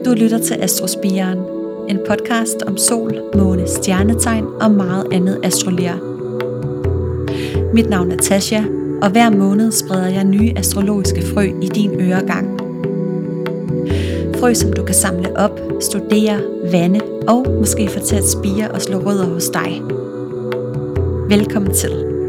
Du lytter til Astrospiren, en podcast om sol, måne, stjernetegn og meget andet astrolær. Mit navn er Tasha, og hver måned spreder jeg nye astrologiske frø i din øregang. Frø, som du kan samle op, studere, vande og måske få til at spire og slå rødder hos dig. Velkommen til.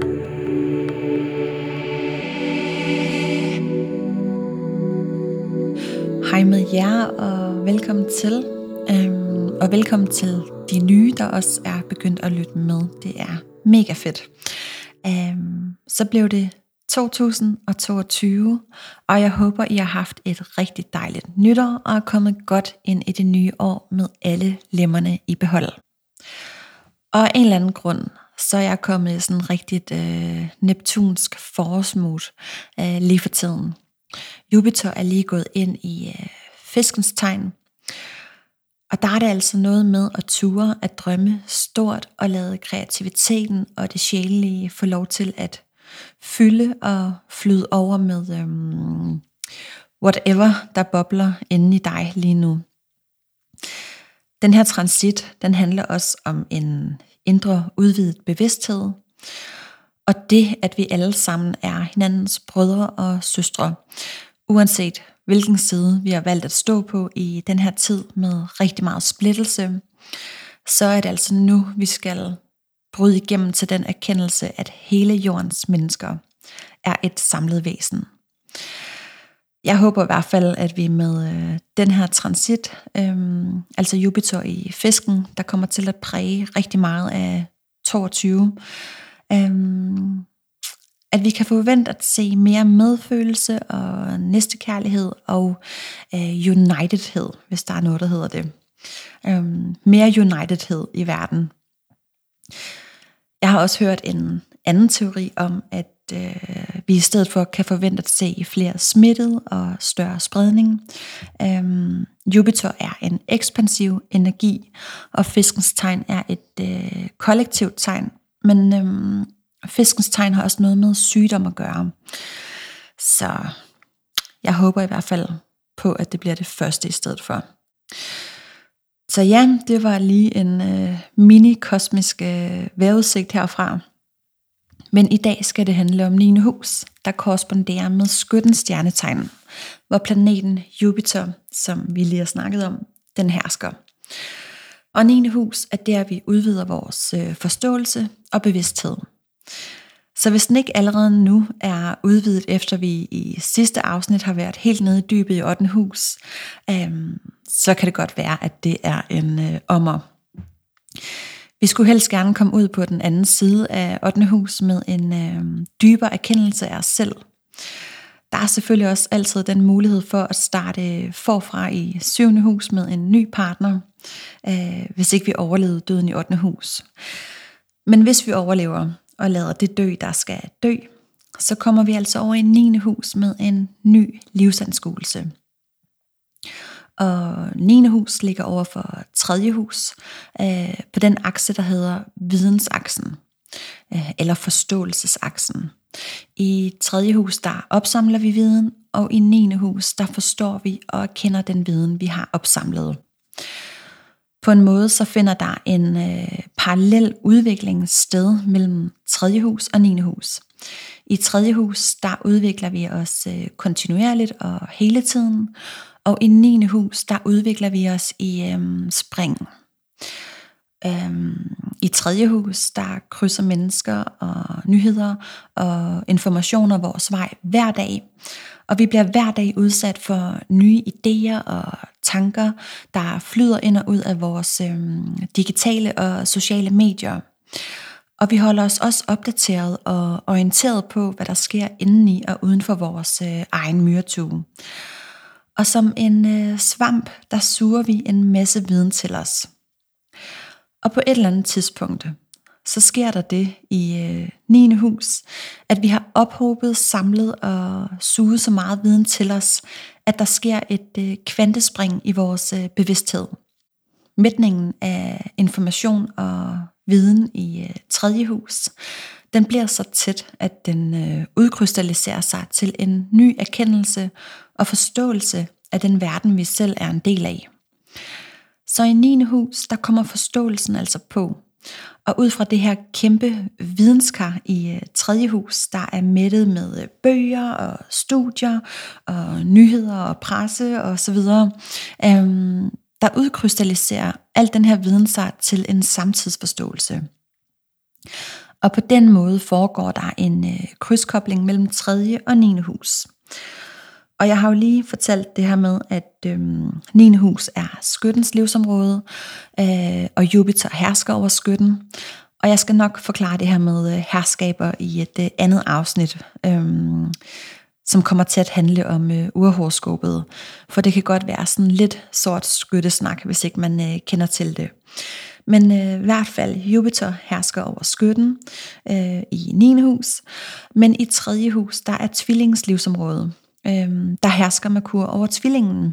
Hej med jer, og velkommen til. Og velkommen til de nye, der også er begyndt at lytte med. Det er mega fedt. Så blev det 2022, og jeg håber, I har haft et rigtig dejligt nytår og er kommet godt ind i det nye år med alle lemmerne i behold. Og af en eller anden grund, så er jeg kommet i sådan rigtigt neptunsk forårsmood lige for tiden. Jupiter er lige gået ind i fiskens tegn, og der er det altså noget med at ture, at drømme stort og lade kreativiteten og det sjælelige få lov til at fylde og flyde over med whatever, der bobler inde i dig lige nu. Den her transit, den handler også om en indre udvidet bevidsthed, og det, at vi alle sammen er hinandens brødre og søstre, uanset hvilken side vi har valgt at stå på i den her tid med rigtig meget splittelse, så er det altså nu, vi skal bryde igennem til den erkendelse, at hele jordens mennesker er et samlet væsen. Jeg håber i hvert fald, at vi med den her transit, altså Jupiter i fisken, der kommer til at præge rigtig meget af 22, at vi kan forvente at se mere medfølelse og næstekærlighed og unitedhed, hvis der er noget, der hedder det. Mere unitedhed i verden. Jeg har også hørt en anden teori om, at vi i stedet for kan forvente at se flere smittede og større spredning. Jupiter er en ekspansiv energi, og fiskens tegn er et kollektivt tegn, men fiskens tegn har også noget med sygdom at gøre. Så jeg håber i hvert fald på, at det bliver det første i stedet for. Så ja, det var lige en mini-kosmisk vejrudsigt herfra. Men i dag skal det handle om 9. hus, der korresponderer med skyttens stjernetegn, hvor planeten Jupiter, som vi lige har snakket om, den hersker. Og 9. hus er der, vi udvider vores forståelse og bevidsthed. Så hvis den ikke allerede nu er udvidet, efter vi i sidste afsnit har været helt nede i dybet i 8. hus, så kan det godt være, at det er en ommer. Vi skulle helst gerne komme ud på den anden side af 8. hus med en dybere erkendelse af os selv. Der er selvfølgelig også altid den mulighed for at starte forfra i 7. hus med en ny partner, hvis ikke vi overlevede døden i 8. hus. Men hvis vi overlever og lader det dø, der skal dø, så kommer vi altså over i 9. hus med en ny livsanskuelse. Og 9. hus ligger over for 3. hus på den akse, der hedder vidensaksen, eller forståelsesaksen. I 3. hus, der opsamler vi viden, og i 9. hus, der forstår vi og kender den viden, vi har opsamlet. På en måde så finder der en parallel udvikling sted mellem 3. hus og 9. hus. I 3. hus, der udvikler vi os kontinuerligt og hele tiden, og i 9. hus, der udvikler vi os i spring. I 3. hus, der krydser mennesker og nyheder og informationer vores vej hver dag. Og vi bliver hver dag udsat for nye idéer og tanker, der flyder ind og ud af vores digitale og sociale medier. Og vi holder os også opdateret og orienteret på, hvad der sker indeni og uden for vores egen myretue. Og som en svamp, der suger vi en masse viden til os. Og på et eller andet tidspunkt, så sker der det i 9. hus, at vi har ophobet, samlet og suget så meget viden til os, at der sker et kvantespring i vores bevidsthed. Mætningen af information og viden i 3. hus, den bliver så tæt, at den udkrystalliserer sig til en ny erkendelse og forståelse af den verden, vi selv er en del af. Så i 9. hus, der kommer forståelsen altså på. Og ud fra det her kæmpe videnskar i 3. hus, der er mættet med bøger og studier og nyheder og presse og så videre, der udkrystalliserer al den her viden sig til en samtidsforståelse. Og på den måde foregår der en krydskobling mellem 3. og 9. hus. Og jeg har jo lige fortalt det her med, at 9. hus er skyttens livsområde, og Jupiter hersker over skytten. Og jeg skal nok forklare det her med herskaber i et andet afsnit, som kommer til at handle om urhoroskopet. For det kan godt være sådan lidt sort skyttesnak, hvis ikke man kender til det. Men i hvert fald, Jupiter hersker over skytten i 9. hus. Men i 3. hus, der er tvillingens livsområde. Der hersker Merkur over tvillingen.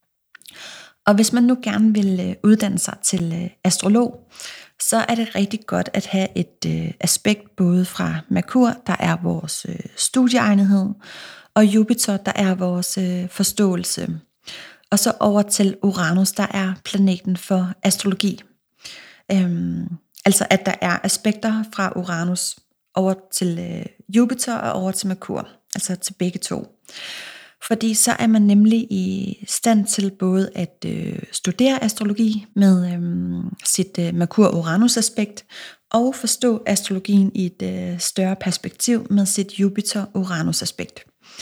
Og hvis man nu gerne vil uddanne sig til astrolog, så er det rigtig godt at have et aspekt både fra Merkur, der er vores studieegnethed, og Jupiter, der er vores forståelse. Og så over til Uranus, der er planeten for astrologi. Altså at der er aspekter fra Uranus over til Jupiter og over til Merkur, altså til begge to. Fordi så er man nemlig i stand til både at studere astrologi med sit Merkur-Uranus-aspekt, og forstå astrologien i et større perspektiv med sit Jupiter-Uranus-aspekt.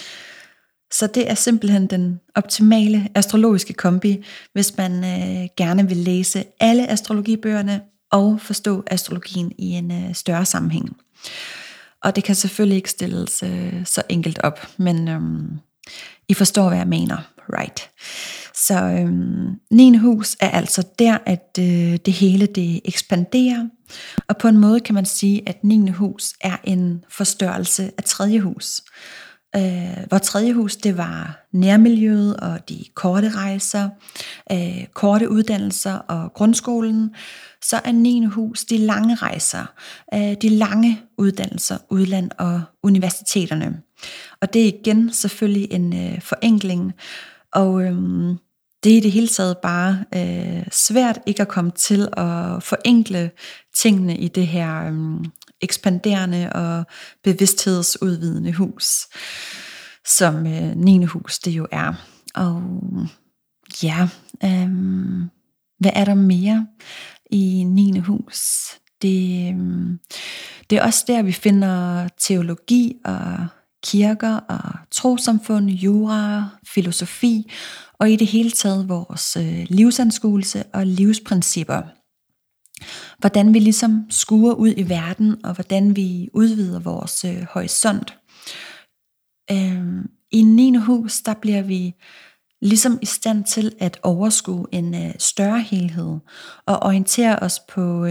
Så det er simpelthen den optimale astrologiske kombi, hvis man gerne vil læse alle astrologibøgerne og forstå astrologien i en større sammenhæng. Og det kan selvfølgelig ikke stilles så enkelt op, men I forstår, hvad jeg mener, right? Så 9. hus er altså der, at det hele det ekspanderer, og på en måde kan man sige, at 9. hus er en forstørrelse af 3. hus. Hvor 3. hus, det var nærmiljøet og de korte rejser, korte uddannelser og grundskolen, så er 9. hus de lange rejser, de lange uddannelser, udland og universiteterne. Og det er igen selvfølgelig en forenkling, og det er i det hele taget bare svært ikke at komme til at forenkle tingene i det her ekspanderende og bevidsthedsudvidende hus, som 9. hus det jo er. Og ja, hvad er der mere i 9. hus? Det er også der, vi finder teologi og kirker og trossamfund, jura, filosofi og i det hele taget vores livsanskuelse og livsprincipper. Hvordan vi ligesom skuer ud i verden, og hvordan vi udvider vores horisont. I 9. hus, der bliver vi ligesom i stand til at overskue en større helhed, og orientere os på,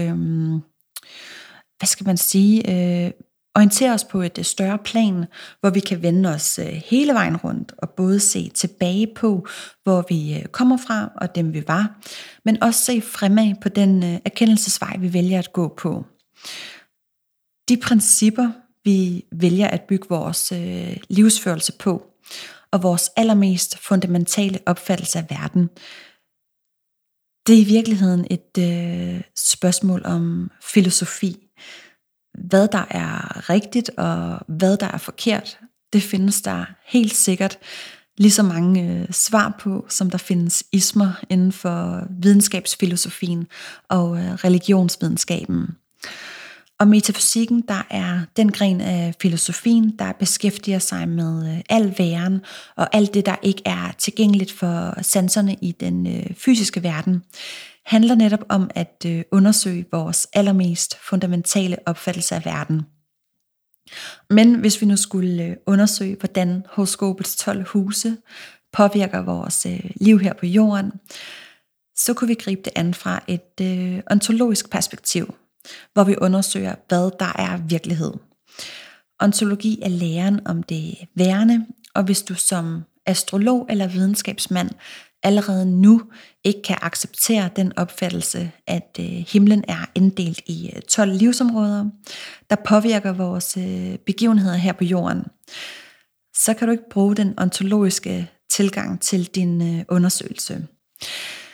orientere os på et større plan, hvor vi kan vende os hele vejen rundt, og både se tilbage på, hvor vi kommer fra, og dem vi var, men også se fremad på den erkendelsesvej, vi vælger at gå på. De principper, vi vælger at bygge vores livsførelse på, og vores allermest fundamentale opfattelse af verden, det er i virkeligheden et spørgsmål om filosofi. Hvad der er rigtigt og hvad der er forkert, det findes der helt sikkert lige så mange svar på, som der findes ismer inden for videnskabsfilosofien og religionsvidenskaben. Og metafysikken, der er den gren af filosofien, der beskæftiger sig med al væren og alt det, der ikke er tilgængeligt for sanserne i den fysiske verden, handler netop om at undersøge vores allermest fundamentale opfattelse af verden. Men hvis vi nu skulle undersøge, hvordan horoskopets 12 huse påvirker vores liv her på jorden, så kunne vi gribe det an fra et ontologisk perspektiv, hvor vi undersøger, hvad der er virkelighed. Ontologi er læren om det værende, og hvis du som astrolog eller videnskabsmand allerede nu ikke kan acceptere den opfattelse, at himlen er inddelt i 12 livsområder, der påvirker vores begivenheder her på jorden, så kan du ikke bruge den ontologiske tilgang til din undersøgelse.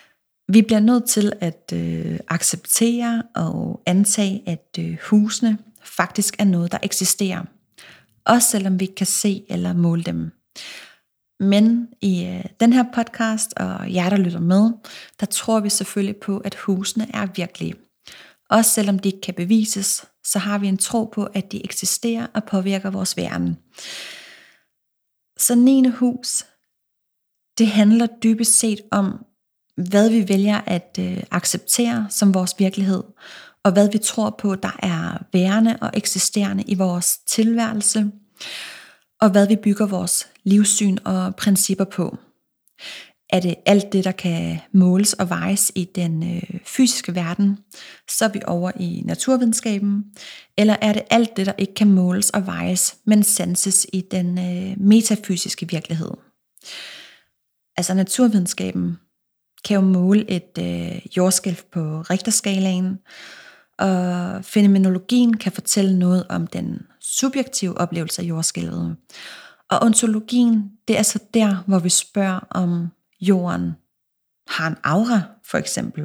Vi bliver nødt til at acceptere og antage, at husene faktisk er noget, der eksisterer. Også selvom vi ikke kan se eller måle dem. Men i den her podcast, og jer der lytter med, der tror vi selvfølgelig på, at husene er virkelige. Også selvom de ikke kan bevises, så har vi en tro på, at de eksisterer og påvirker vores verden. Så 9. hus, det handler dybest set om, hvad vi vælger at acceptere som vores virkelighed, og hvad vi tror på, der er værende og eksisterende i vores tilværelse, og hvad vi bygger vores livssyn og principper på. Er det alt det, der kan måles og vejes i den fysiske verden, så er vi over i naturvidenskaben, eller er det alt det, der ikke kan måles og vejes, men sanses i den metafysiske virkelighed? Altså naturvidenskaben kan jo måle et jordskælv på Richterskalaen, og fænomenologien kan fortælle noget om den subjektive oplevelse af jordskælvet. Og ontologien, det er så der, hvor vi spørger, om jorden har en aura, for eksempel.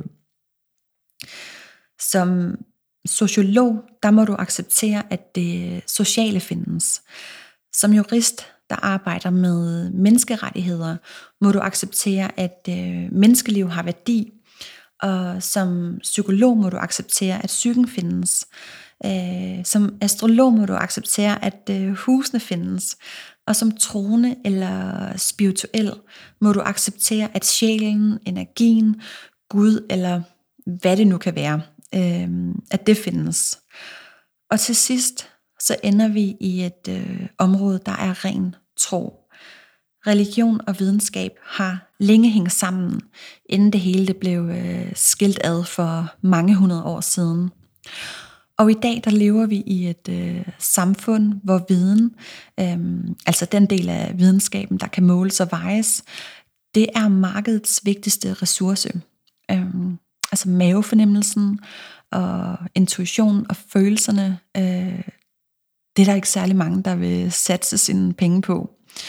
Som sociolog, der må du acceptere, at det sociale findes. Som jurist, der arbejder med menneskerettigheder, må du acceptere, at menneskeliv har værdi. Og som psykolog må du acceptere, at psyken findes. Som astrolog må du acceptere, at husene findes. Og som troende eller spirituel må du acceptere, at sjælen, energien, Gud eller hvad det nu kan være, at det findes. Og til sidst så ender vi i et område, der er ren tro. Religion og videnskab har længe hængt sammen, inden det hele det blev skilt ad for mange hundrede år siden. Og i dag der lever vi i et samfund, hvor viden, altså den del af videnskaben, der kan måles og vejes, det er markedets vigtigste ressource. Altså mavefornemmelsen og intuitionen og følelserne, det er der ikke særlig mange, der vil satse sine penge på.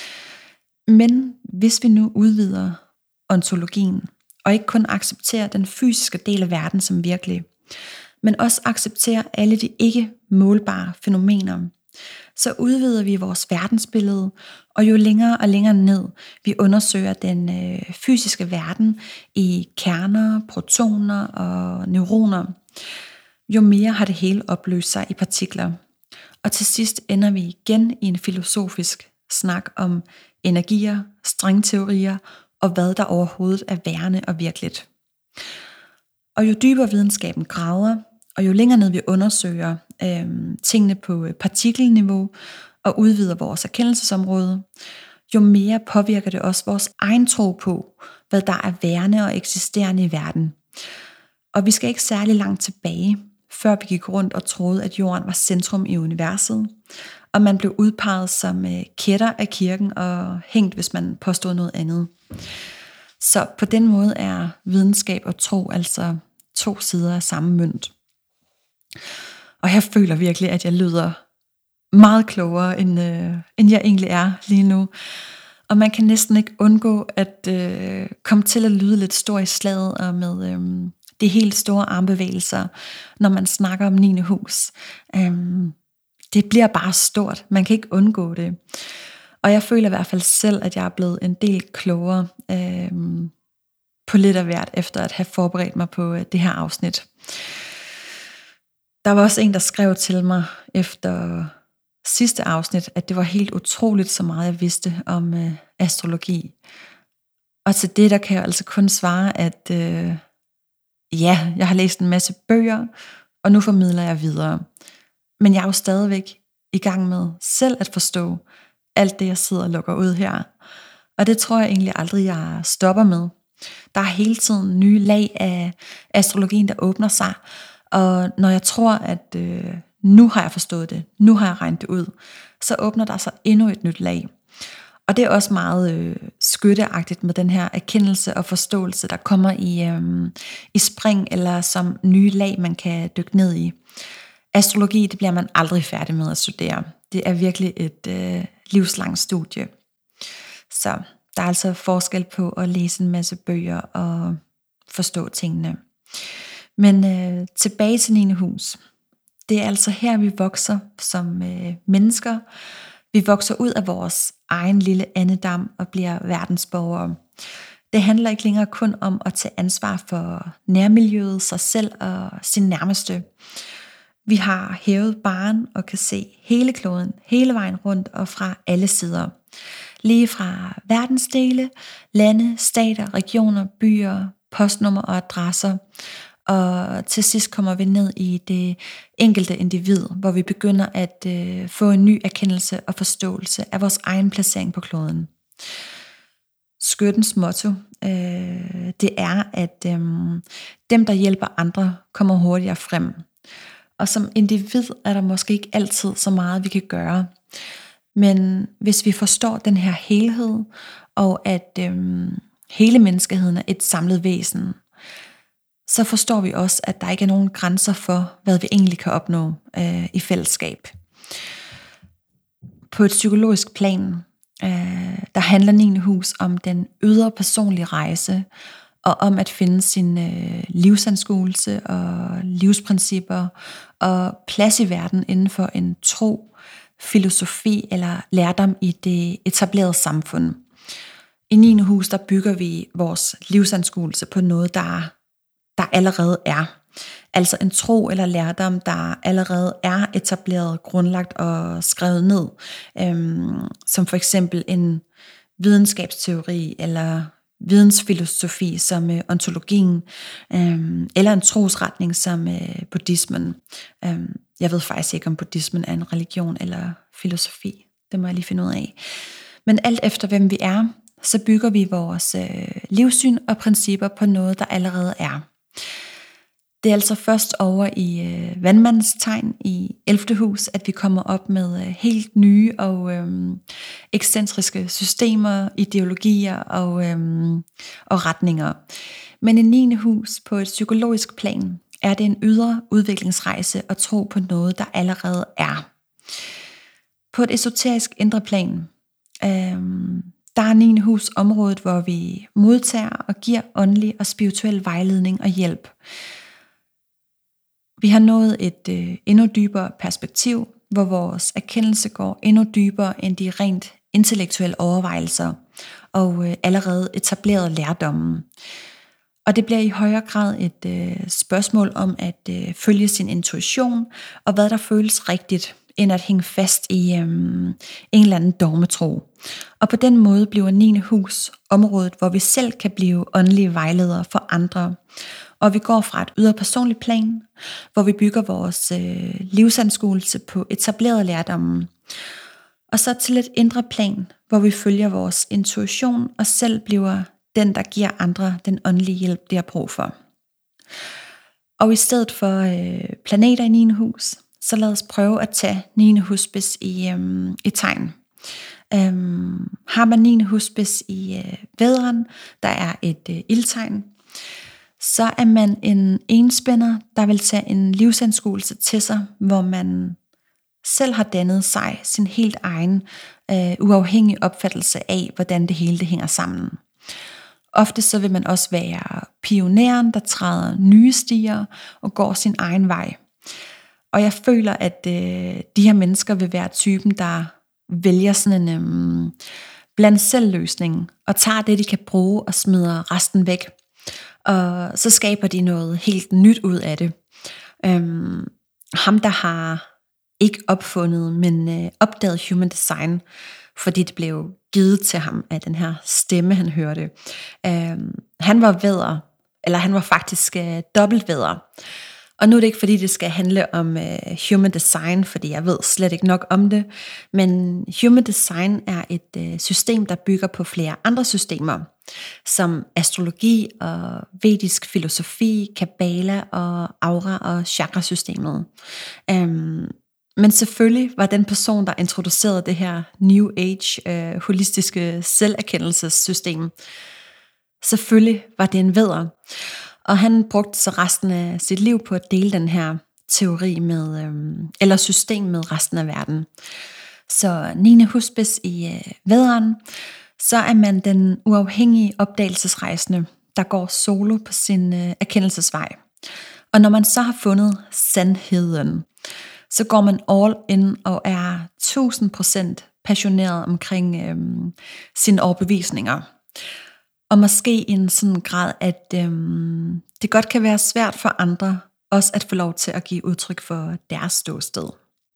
Men hvis vi nu udvider ontologien, og ikke kun accepterer den fysiske del af verden som virkelig, men også accepterer alle de ikke målbare fænomener, så udvider vi vores verdensbillede, og jo længere og længere ned vi undersøger den fysiske verden i kerner, protoner og neuroner, jo mere har det hele opløst sig i partikler. Og til sidst ender vi igen i en filosofisk snak om energier, stringteorier og hvad der overhovedet er værende og virkeligt. Og jo dybere videnskaben graver, og jo længere ned vi undersøger tingene på partikelniveau og udvider vores erkendelsesområde, jo mere påvirker det også vores egen tro på, hvad der er værende og eksisterende i verden. Og vi skal ikke særlig langt tilbage, før vi gik rundt og troede, at jorden var centrum i universet, og man blev udpeget som kætter af kirken og hængt, hvis man påstod noget andet. Så på den måde er videnskab og tro altså to sider af samme mønt. Og jeg føler virkelig, at jeg lyder meget klogere, end jeg egentlig er lige nu. Og man kan næsten ikke undgå at komme til at lyde lidt stor i slaget og med de helt store armbevægelser, når man snakker om 9. hus. Det bliver bare stort. Man kan ikke undgå det. Og jeg føler i hvert fald selv, at jeg er blevet en del klogere på lidt af hvert, efter at have forberedt mig på det her afsnit. Der var også en, der skrev til mig efter sidste afsnit, at det var helt utroligt, så meget jeg vidste om astrologi. Og til det, der kan jeg altså kun svare, at ja, jeg har læst en masse bøger, og nu formidler jeg videre. Men jeg er jo stadigvæk i gang med selv at forstå alt det, jeg sidder og lukker ud her. Og det tror jeg egentlig aldrig, jeg stopper med. Der er hele tiden nye lag af astrologien, der åbner sig. Og når jeg tror, at nu har jeg forstået det, nu har jeg regnet det ud, så åbner der sig endnu et nyt lag. Og det er også meget skytteagtigt med den her erkendelse og forståelse, der kommer i spring eller som nye lag, man kan dykke ned i. Astrologi, det bliver man aldrig færdig med at studere. Det er virkelig et livslangt studie. Så der er altså forskel på at læse en masse bøger og forstå tingene. Men tilbage til 9. hus. Det er altså her, vi vokser som mennesker. Vi vokser ud af vores egen lille andedam og bliver verdensborgere. Det handler ikke længere kun om at tage ansvar for nærmiljøet, sig selv og sin nærmeste. Vi har hævet barren og kan se hele kloden, hele vejen rundt og fra alle sider. Lige fra verdensdele, lande, stater, regioner, byer, postnummer og adresser. Og til sidst kommer vi ned i det enkelte individ, hvor vi begynder at få en ny erkendelse og forståelse af vores egen placering på kloden. Skyttens motto, det er, at dem, der hjælper andre, kommer hurtigere frem. Og som individ er der måske ikke altid så meget, vi kan gøre. Men hvis vi forstår den her helhed, og at hele menneskeheden er et samlet væsen, så forstår vi også, at der ikke er nogen grænser for, hvad vi egentlig kan opnå i fællesskab. På et psykologisk plan, der handler 9. hus om den ydre personlige rejse, og om at finde sin livsanskuelse og livsprincipper og plads i verden inden for en tro, filosofi eller lærdom i det etablerede samfund. I 9. hus, der bygger vi vores livsanskuelse på noget, der allerede er. Altså en tro eller lærdom, der allerede er etableret, grundlagt og skrevet ned. Som for eksempel en videnskabsteori eller vidensfilosofi som ontologien, eller en trosretning som buddhismen. Jeg ved faktisk ikke, om buddhismen er en religion eller filosofi. Det må jeg lige finde ud af. Men alt efter hvem vi er, så bygger vi vores livssyn og principper på noget, der allerede er. Det er altså først over i vandmandens tegn i 11. hus, at vi kommer op med helt nye og ekscentriske systemer, ideologier og retninger. Men i 9. hus på et psykologisk plan er det en ydre udviklingsrejse at tro på noget, der allerede er. På et esoterisk indre plan, der er 9. hus området, hvor vi modtager og giver åndelig og spirituel vejledning og hjælp. Vi har nået et endnu dybere perspektiv, hvor vores erkendelse går endnu dybere end de rent intellektuelle overvejelser og allerede etablerede lærdommen. Og det bliver i højere grad et spørgsmål om at følge sin intuition og hvad der føles rigtigt, end at hænge fast i en eller anden dogmetro. Og på den måde bliver 9. hus området, hvor vi selv kan blive åndelige vejledere for andre. Og vi går fra et ydre personligt plan, hvor vi bygger vores livsanskuelse på etableret lærdommen, og så til et indre plan, hvor vi følger vores intuition og selv bliver den, der giver andre den åndelige hjælp, de har brug for. Og i stedet for planeter i 9. hus, så lad os prøve at tage 9. husspids i tegn. Har man 9. husspids i vædderen, der er et ildtegn, så er man en enspænder, der vil tage en livsanskuelse til sig, hvor man selv har dannet sig sin helt egen uafhængige opfattelse af, hvordan det hele det hænger sammen. Ofte så vil man også være pioneren, der træder nye stier og går sin egen vej. Og jeg føler, at de her mennesker vil være typen, der vælger sådan en blandt selv løsning og tager det, de kan bruge og smider resten væk. Og så skaber de noget helt nyt ud af det. Ham, der har ikke opfundet, men opdaget human design, fordi det blev givet til ham af den her stemme, han hørte. Han var vædder, eller han var faktisk dobbeltvædder. Og nu er det ikke, fordi det skal handle om human design, fordi jeg ved slet ikke nok om det, men human design er et system, der bygger på flere andre systemer, som astrologi og vedisk filosofi, kabbala og aura- og chakrasystemet. Men selvfølgelig var den person, der introducerede det her New Age holistiske selverkendelsessystem, selvfølgelig var det en vædder. Og han brugte så resten af sit liv på at dele den her teori med, eller system med resten af verden. Så 9. husspids i vædderen, så er man den uafhængige opdagelsesrejsende, der går solo på sin erkendelsesvej. Og når man så har fundet sandheden, så går man all in og er 1000% passioneret omkring sine overbevisninger. Og måske i en sådan grad, at det godt kan være svært for andre også at få lov til at give udtryk for deres ståsted.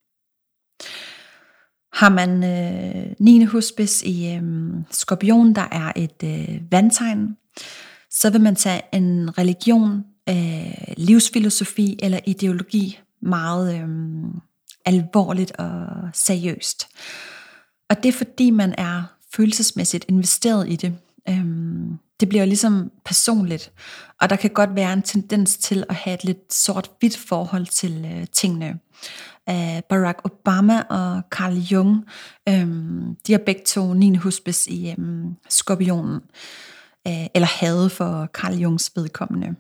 Har man 9. husspids i Skorpion, der er et vandtegn, så vil man tage en religion, livsfilosofi eller ideologi meget alvorligt og seriøst. Og det er fordi man er følelsesmæssigt investeret i det. Det bliver ligesom personligt, og der kan godt være en tendens til at have et lidt sort-hvidt forhold til tingene. Barack Obama og Carl Jung, de har begge to 9. husspids i Skorpionen, eller havde for Carl Jungs vedkommende.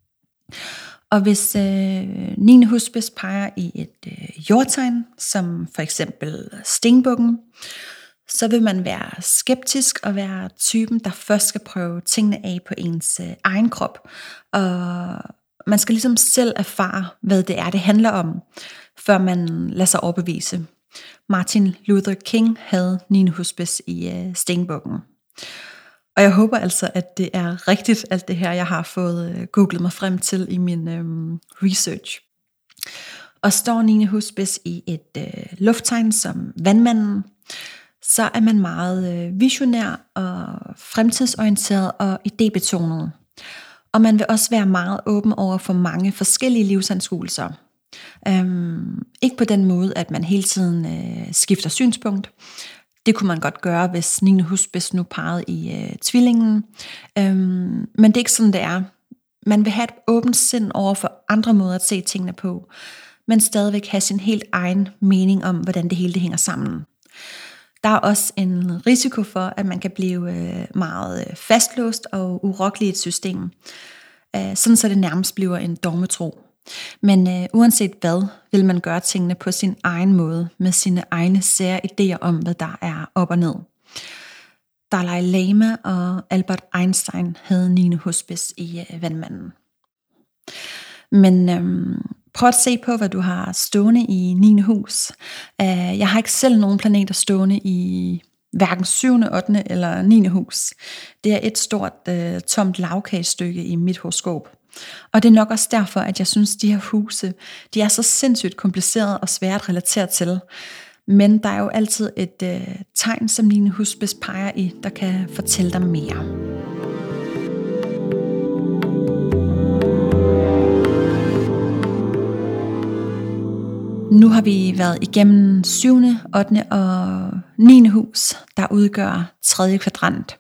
Og hvis 9. husspids peger i et jordtegn, som for eksempel stenbukken, så vil man være skeptisk og være typen, der først skal prøve tingene af på ens egen krop. Og man skal ligesom selv erfare, hvad det er, det handler om, før man lader sig overbevise. Martin Luther King havde 9. husspids i stenbukken. Og jeg håber altså, at det er rigtigt, alt det her, jeg har fået googlet mig frem til i min research. Og står 9. husspids i et lufttegn som vandmanden, så er man meget visionær og fremtidsorienteret og idébetonet. Og man vil også være meget åben over for mange forskellige livsanskuelser. Ikke på den måde, at man hele tiden skifter synspunkt. Det kunne man godt gøre, hvis 9. husspids nu pegede i tvillingen. Men det er ikke sådan, det er. Man vil have et åbent sind over for andre måder at se tingene på, men stadigvæk have sin helt egen mening om, hvordan det hele det hænger sammen. Der er også en risiko for, at man kan blive meget fastlåst og urokkelig i et system. Sådan så det nærmest bliver en dogmetro. Men uanset hvad, vil man gøre tingene på sin egen måde, med sine egne sære idéer om, hvad der er op og ned. Dalai Lama og Albert Einstein havde 9. husspids i vandmanden. Men prøv at se på, hvad du har stående i 9. hus. Jeg har ikke selv nogen planeter stående i hverken 7., 8. eller 9. hus. Det er et stort tomt lavkagestykke i mit horoskop. Og det er nok også derfor, at jeg synes, at de her huse, de er så sindssygt komplicerede og svære at relatere til. Men der er jo altid et tegn, som 9. husspids peger i, der kan fortælle dig mere. Nu har vi været igennem 7., 8. og 9. hus, der udgør 3. kvadrant.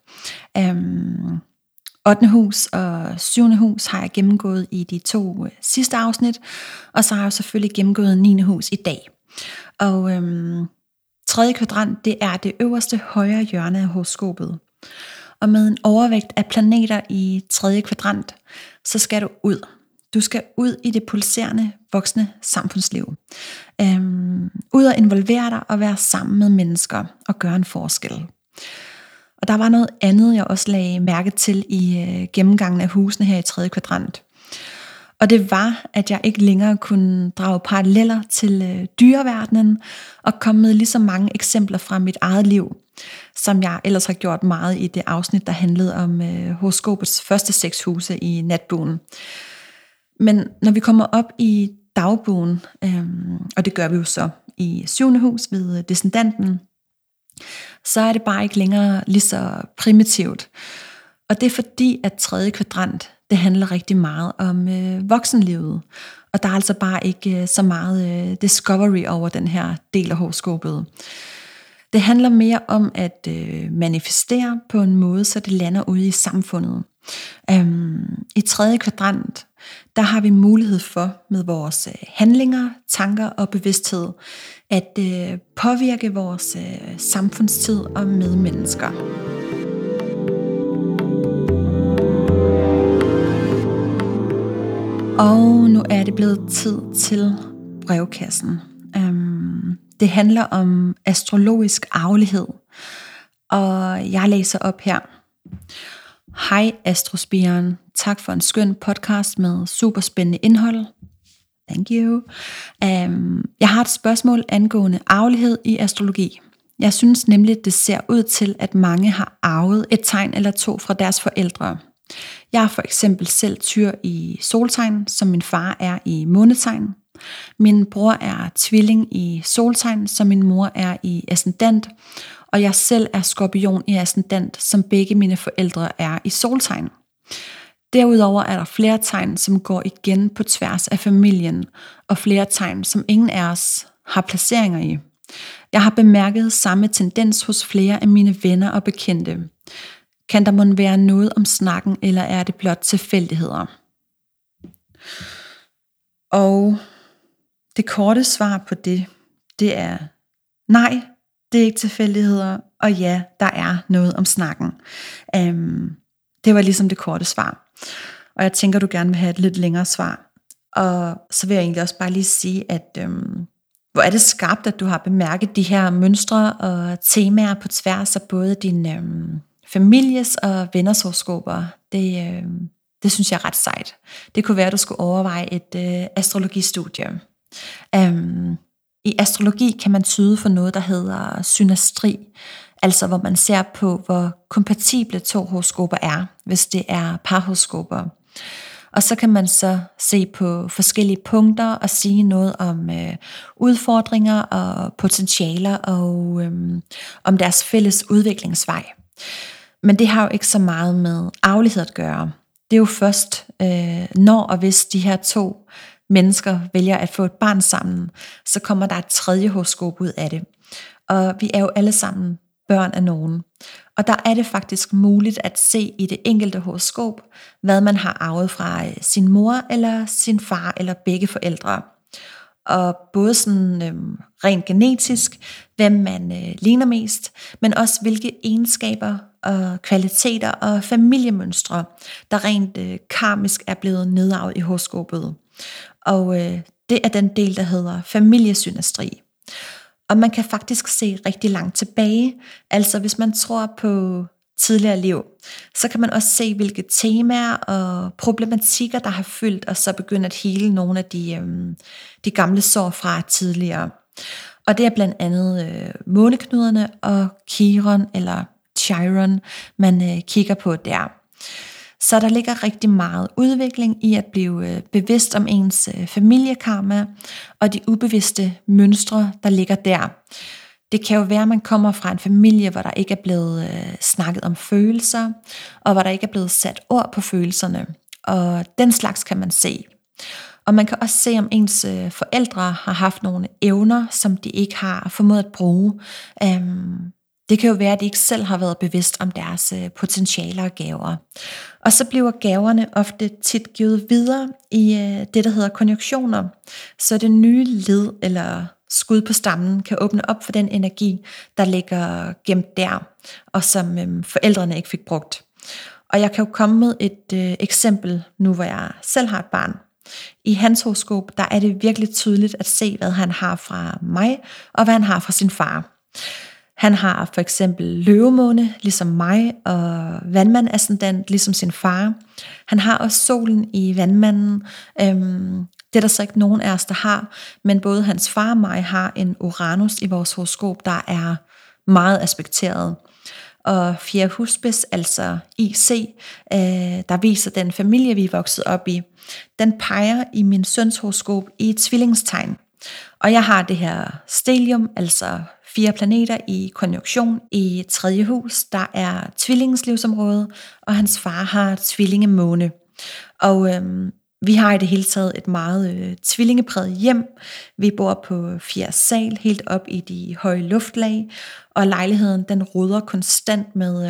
8. hus og 7. hus har jeg gennemgået i de 2 sidste afsnit, og så har jeg selvfølgelig gennemgået 9. hus i dag. Og 3. kvadrant, det er det øverste højre hjørne af horoskopet. Og med en overvægt af planeter i 3. kvadrant, så skal du ud. Du skal ud i det pulserende, voksne samfundsliv. Ud og involvere dig og være sammen med mennesker og gøre en forskel. Og der var noget andet, jeg også lagde mærke til i gennemgangen af husene her i 3. kvadrant. Og det var, at jeg ikke længere kunne drage paralleller til dyreverdenen og komme med lige så mange eksempler fra mit eget liv, som jeg ellers har gjort meget i det afsnit, der handlede om horoskopets første 6 huse i natbogen. Men når vi kommer op i dagbogen, og det gør vi jo så i 7. hus ved descendanten, så er det bare ikke længere lige så primitivt. Og det er fordi, at 3. kvadrant, det handler rigtig meget om voksenlivet. Og der er altså bare ikke så meget discovery over den her del af horoskopet. Det handler mere om at manifestere på en måde, så det lander ude i samfundet. I 3. kvadrant, der har vi mulighed for med vores handlinger, tanker og bevidsthed at påvirke vores samfundstid og medmennesker. Og nu er det blevet tid til brevkassen. Det handler om astrologisk arvelighed, og jeg læser op her. Hej Astrospiren. Tak for en skøn podcast med super spændende indhold. Thank you. Jeg har et spørgsmål angående arvelighed i astrologi. Jeg synes nemlig, det ser ud til, at mange har arvet et tegn eller to fra deres forældre. Jeg er for eksempel selv tyr i soltegn, som min far er i månetegn. Min bror er tvilling i soltegn, som min mor er i ascendant. Og jeg selv er skorpion i ascendant, som begge mine forældre er i soltegn. Derudover er der flere tegn, som går igen på tværs af familien, og flere tegn, som ingen af os har placeringer i. Jeg har bemærket samme tendens hos flere af mine venner og bekendte. Kan der mon være noget om snakken, eller er det blot tilfældigheder? Og det korte svar på det er nej, det er ikke tilfældigheder, og ja, der er noget om snakken. Det var ligesom det korte svar. Og jeg tænker, du gerne vil have et lidt længere svar. Og så vil jeg egentlig også bare lige sige, at hvor er det skarpt, at du har bemærket de her mønstre og temaer på tværs af både din families og venners horoskoper. Det synes jeg er ret sejt. Det kunne være, at du skulle overveje et astrologistudie. I astrologi kan man tyde for noget, der hedder synastri, altså hvor man ser på, hvor kompatible to horoskoper er, hvis det er parhoroskoper. Og så kan man så se på forskellige punkter og sige noget om udfordringer og potentialer og om deres fælles udviklingsvej. Men det har jo ikke så meget med arvelighed at gøre. Det er jo først, når og hvis de her to mennesker vælger at få et barn sammen, så kommer der et tredje horoskop ud af det. Og vi er jo alle sammen børn af nogen. Og der er det faktisk muligt at se i det enkelte horoskop, hvad man har arvet fra sin mor eller sin far eller begge forældre. Og både sådan rent genetisk, hvem man ligner mest, men også hvilke egenskaber og kvaliteter og familiemønstre, der rent karmisk er blevet nedarvet i horoskopet. Og det er den del, der hedder familiesynastri. Og man kan faktisk se rigtig langt tilbage. Altså hvis man tror på tidligere liv, så kan man også se, hvilke temaer og problematikker, der har fyldt, og så begynde at hele nogle af de gamle sår fra tidligere. Og det er blandt andet måneknuderne og Chiron eller Chiron, man kigger på der. Så der ligger rigtig meget udvikling i at blive bevidst om ens familiekarma og de ubevidste mønstre, der ligger der. Det kan jo være, at man kommer fra en familie, hvor der ikke er blevet snakket om følelser, og hvor der ikke er blevet sat ord på følelserne. Og den slags kan man se. Og man kan også se, om ens forældre har haft nogle evner, som de ikke har formået at bruge. Det kan jo være, at de ikke selv har været bevidst om deres potentialer og gaver. Og så bliver gaverne ofte tit givet videre i det, der hedder konjunktioner. Så det nye led eller skud på stammen kan åbne op for den energi, der ligger gemt der, og som forældrene ikke fik brugt. Og jeg kan jo komme med et eksempel nu, hvor jeg selv har et barn. I hans horoskop, der er det virkelig tydeligt at se, hvad han har fra mig, og hvad han har fra sin far. Han har for eksempel løvemåne, ligesom mig, og vandmand ascendant, ligesom sin far. Han har også solen i vandmanden. Det er der så ikke nogen af os, der har, men både hans far og mig har en Uranus i vores horoskop, der er meget aspekteret. Og fjerde husbes, altså IC, der viser den familie, vi er vokset op i, den peger i min søns horoskop i et tvillingstegn. Og jeg har det her stelium, altså 4 planeter i konjunktion i 3. hus, der er tvillingens livsområde, og hans far har tvillingemåne. Og vi har i det hele taget et meget tvillingepræget hjem. Vi bor på 4. sal, helt op i de høje luftlag, og lejligheden den ruder konstant med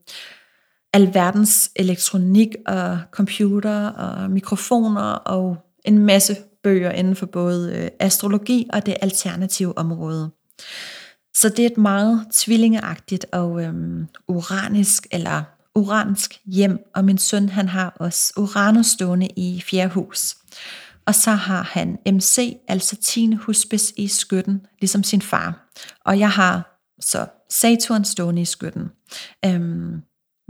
alverdens elektronik og computer og mikrofoner og en masse bøger inden for både astrologi og det alternative område. Så det er et meget tvillingeagtigt og uranisk eller uransk hjem, og min søn han har også Uranus stående i 4. hus. Og så har han MC, altså 10. husbes i skytten, ligesom sin far. Og jeg har så Saturn stående i skytten.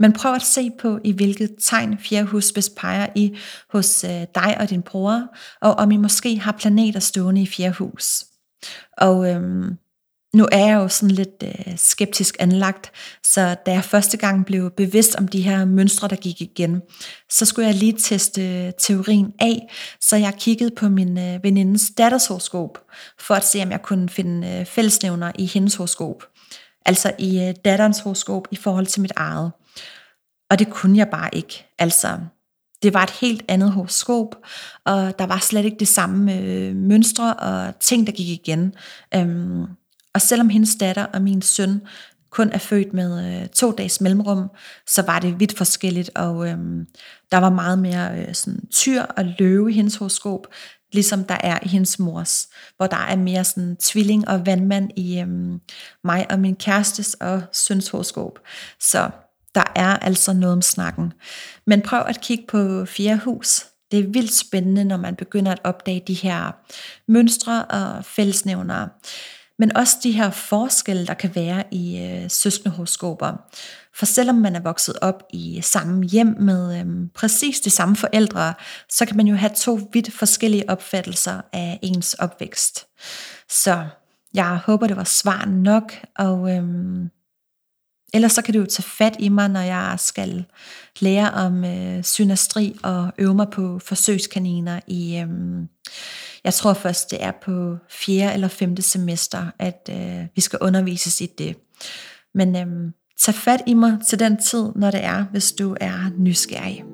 Men prøv at se på, i hvilket tegn fjerdehuset peger i hos dig og din bror, og om I måske har planeter stående i fjerdehus. Og nu er jeg jo sådan lidt skeptisk anlagt, så da jeg første gang blev bevidst om de her mønstre, der gik igen, så skulle jeg lige teste teorien af, så jeg kiggede på min venindes datters horoskop, for at se, om jeg kunne finde fællesnævner i hendes horoskop. Altså i datterens horoskop i forhold til mit eget. Og det kunne jeg bare ikke. Altså, det var et helt andet horoskop, og der var slet ikke de samme mønstre og ting, der gik igen. Og selvom hendes datter og min søn kun er født med 2 dages mellemrum, så var det vidt forskelligt, og der var meget mere sådan tyr og løve i hendes horoskop, ligesom der er i hendes mors, hvor der er mere sådan tvilling og vandmand i mig og min kærestes og søns horoskop. Så der er altså noget om snakken. Men prøv at kigge på fjerde hus. Det er vildt spændende, når man begynder at opdage de her mønstre og fællesnævnere. Men også de her forskelle, der kan være i søskendehoroskoper. For selvom man er vokset op i samme hjem med præcis de samme forældre, så kan man jo have 2 vidt forskellige opfattelser af ens opvækst. Så jeg håber, det var svar nok, og ellers så kan du jo tage fat i mig, når jeg skal lære om synastri og øve mig på forsøgskaniner i, jeg tror først det er på 4. eller 5. semester, at vi skal undervises i det. Men tag fat i mig til den tid, når det er, hvis du er nysgerrig.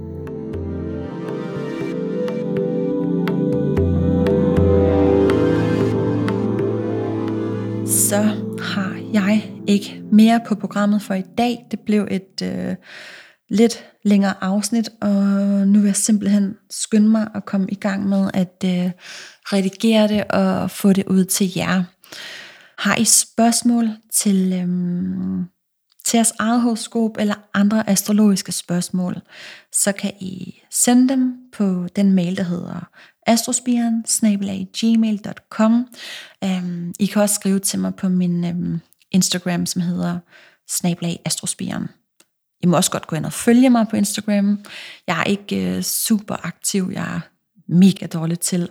Så har jeg ikke mere på programmet for i dag. Det blev et lidt længere afsnit, og nu vil jeg simpelthen skynde mig at komme i gang med at redigere det og få det ud til jer. Har I spørgsmål til jeres eget horoskop eller andre astrologiske spørgsmål, så kan I sende dem på den mail, der hedder astrospiren@gmail.com. I kan også skrive til mig på min Instagram, som hedder @astrospiren. I må også godt gå ind og følge mig på Instagram. Jeg er ikke super aktiv. Jeg er mega dårlig til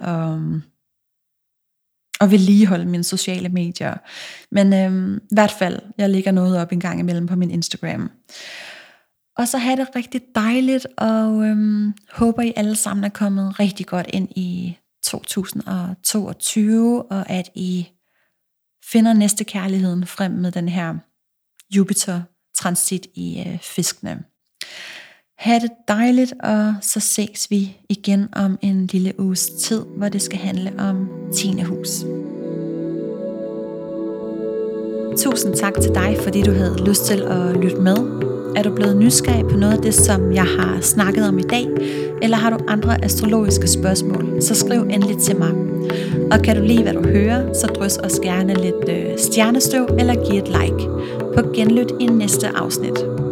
at vedligeholde mine sociale medier. Men i hvert fald, jeg lægger noget op en gang imellem på min Instagram. Og så have det rigtig dejligt, og håber I alle sammen er kommet rigtig godt ind i 2022, og at I finder næste kærligheden frem med den her Jupiter-transit i fiskene. Ha' det dejligt, og så ses vi igen om en lille uges tid, hvor det skal handle om 10. hus. Tusind tak til dig, fordi du havde lyst til at lytte med. Er du blevet nysgerrig på noget af det, som jeg har snakket om i dag, eller har du andre astrologiske spørgsmål, så skriv endelig til mig. Og kan du lide, hvad du hører, så drys os gerne lidt stjernestøv eller giv et like. På genlyt i næste afsnit.